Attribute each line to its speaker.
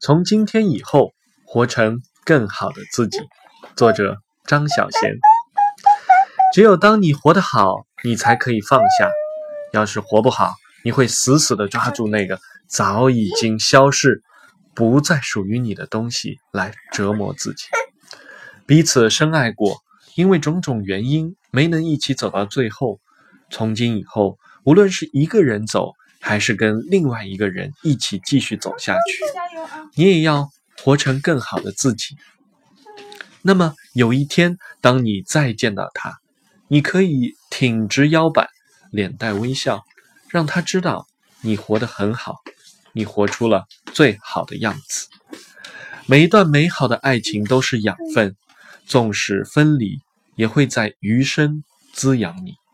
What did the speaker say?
Speaker 1: 从今天以后活成更好的自己。作者张小娴。只有当你活得好，你才可以放下。要是活不好，你会死死地抓住那个早已经消逝不再属于你的东西来折磨自己。彼此深爱过，因为种种原因没能一起走到最后。从今以后，无论是一个人走，还是跟另外一个人一起继续走下去，你也要活成更好的自己。那么有一天，当你再见到他，你可以挺直腰板，脸带微笑，让他知道你活得很好，你活出了最好的样子。每一段美好的爱情都是养分，纵使分离，也会在余生滋养你。